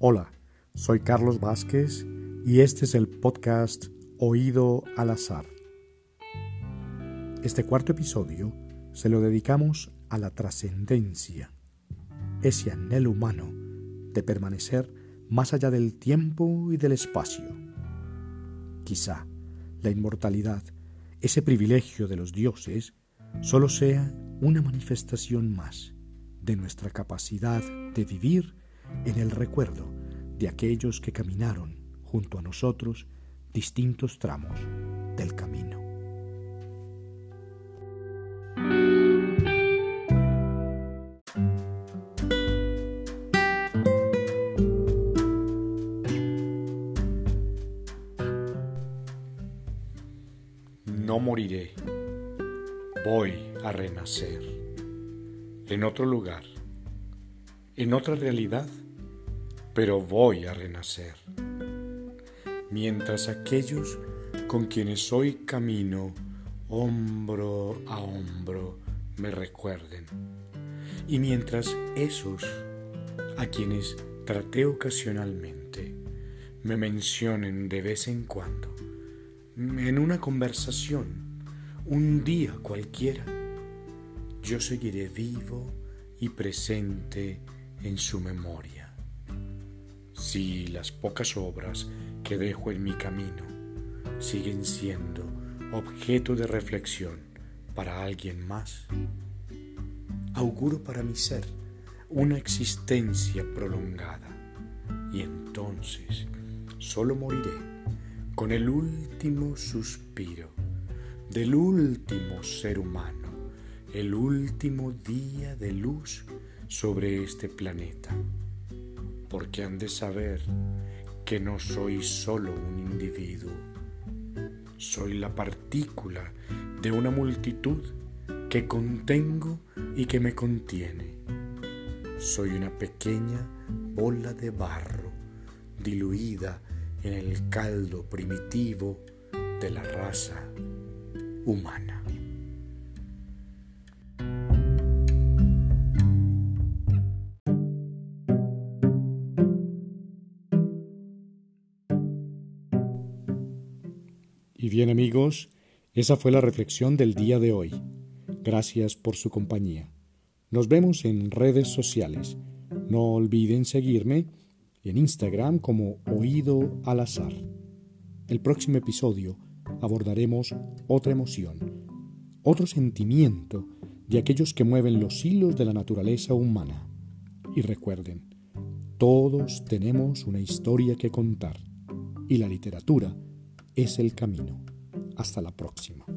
Hola, soy Carlos Vázquez y este es el podcast Oído al Azar. Este cuarto episodio se lo dedicamos a la trascendencia, ese anhelo humano de permanecer más allá del tiempo y del espacio. Quizá la inmortalidad, ese privilegio de los dioses, solo sea una manifestación más de nuestra capacidad de vivir en el recuerdo de aquellos que caminaron junto a nosotros distintos tramos del camino. No moriré, voy a renacer, en otro lugar, en otra realidad, pero voy a renacer. Mientras aquellos con quienes hoy camino hombro a hombro me recuerden, y mientras esos a quienes traté ocasionalmente me mencionen de vez en cuando, en una conversación, un día cualquiera, yo seguiré vivo y presente en su memoria. Si las pocas obras que dejo en mi camino siguen siendo objeto de reflexión para alguien más, auguro para mi ser una existencia prolongada, y entonces solo moriré con el último suspiro del último ser humano, el último día de luz sobre este planeta, porque han de saber que no soy solo un individuo, soy la partícula de una multitud que contengo y que me contiene. Soy una pequeña bola de barro diluida en el caldo primitivo de la raza humana. Y bien, amigos, esa fue la reflexión del día de hoy. Gracias por su compañía. Nos vemos en redes sociales. No olviden seguirme en Instagram como Oído al Azar. El próximo episodio abordaremos otra emoción, otro sentimiento de aquellos que mueven los hilos de la naturaleza humana. Y recuerden, todos tenemos una historia que contar y la literatura es el camino. Hasta la próxima.